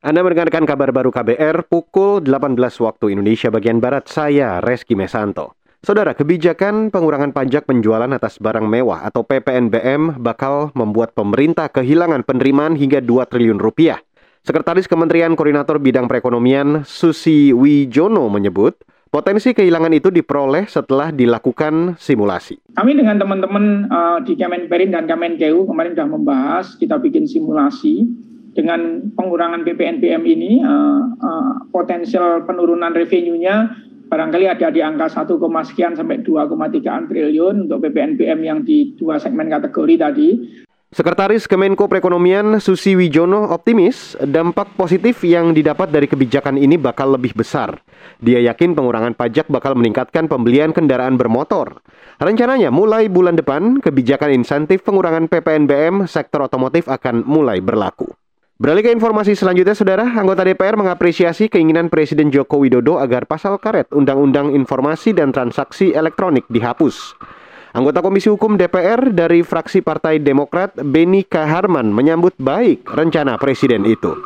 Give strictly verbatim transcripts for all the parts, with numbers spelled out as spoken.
Anda mendengarkan kabar baru K B R pukul delapan belas waktu Indonesia bagian Barat. Saya Reski Mesanto. Saudara, kebijakan pengurangan pajak penjualan atas barang mewah atau P P N B M bakal membuat pemerintah kehilangan penerimaan hingga dua triliun rupiah. Sekretaris Kementerian Koordinator Bidang Perekonomian Susi Wijono menyebut, potensi kehilangan itu diperoleh setelah dilakukan simulasi. Kami dengan teman-teman uh, di Kemenperin dan Kemenkeu kemarin sudah membahas, kita bikin simulasi dengan pengurangan P P N B M ini, uh, uh, potensial penurunan revenue-nya barangkali ada di angka satu, sekian sampai dua koma tiga triliun untuk P P N B M yang di dua segmen kategori tadi. Sekretaris Kemenko Perekonomian Susi Wijono optimis dampak positif yang didapat dari kebijakan ini bakal lebih besar. Dia yakin pengurangan pajak bakal meningkatkan pembelian kendaraan bermotor. Rencananya mulai bulan depan, kebijakan insentif pengurangan P P N B M sektor otomotif akan mulai berlaku. Beralih ke informasi selanjutnya, Saudara, anggota D P R mengapresiasi keinginan Presiden Joko Widodo agar pasal karet Undang-Undang Informasi dan Transaksi Elektronik dihapus. Anggota Komisi Hukum D P R dari fraksi Partai Demokrat, Beni Kaharman, menyambut baik rencana Presiden itu.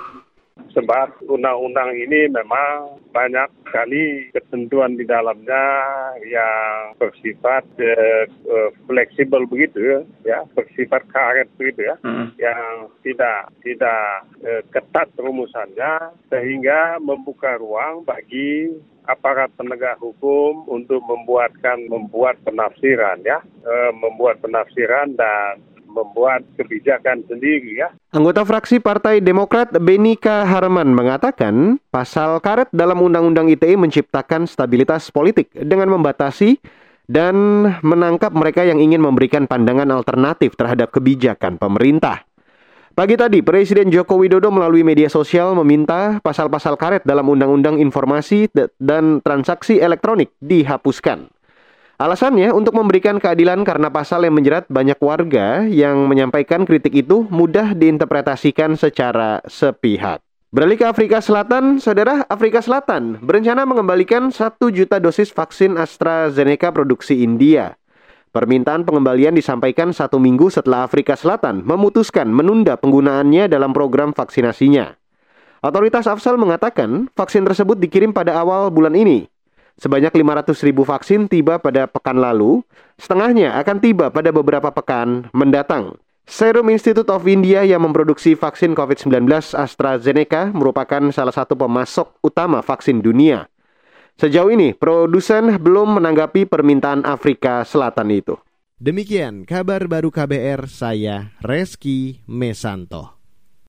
Sebab undang-undang ini memang banyak sekali ketentuan di dalamnya yang bersifat eh, fleksibel begitu ya, ya bersifat karet begitu ya, hmm. yang tidak tidak eh, ketat rumusannya sehingga membuka ruang bagi aparat penegak hukum untuk membuatkan membuat penafsiran ya, eh, membuat penafsiran dan membuat kebijakan sendiri ya. Anggota fraksi Partai Demokrat Beni Kaharman mengatakan pasal karet dalam Undang-Undang I T E menciptakan stabilitas politik dengan membatasi dan menangkap mereka yang ingin memberikan pandangan alternatif terhadap kebijakan pemerintah. Pagi tadi, Presiden Joko Widodo melalui media sosial meminta pasal-pasal karet dalam Undang-Undang Informasi dan Transaksi Elektronik dihapuskan. Alasannya untuk memberikan keadilan karena pasal yang menjerat banyak warga yang menyampaikan kritik itu mudah diinterpretasikan secara sepihak. Beralih ke Afrika Selatan, Saudara, Afrika Selatan berencana mengembalikan satu juta dosis vaksin AstraZeneca produksi India. Permintaan pengembalian disampaikan satu minggu setelah Afrika Selatan memutuskan menunda penggunaannya dalam program vaksinasinya. Otoritas Afsal mengatakan vaksin tersebut dikirim pada awal bulan ini. Sebanyak lima ratus ribu vaksin tiba pada pekan lalu, setengahnya akan tiba pada beberapa pekan mendatang. Serum Institute of India yang memproduksi vaksin covid sembilan belas AstraZeneca merupakan salah satu pemasok utama vaksin dunia. Sejauh ini, produsen belum menanggapi permintaan Afrika Selatan itu. Demikian kabar baru K B R, saya Reski Mesanto.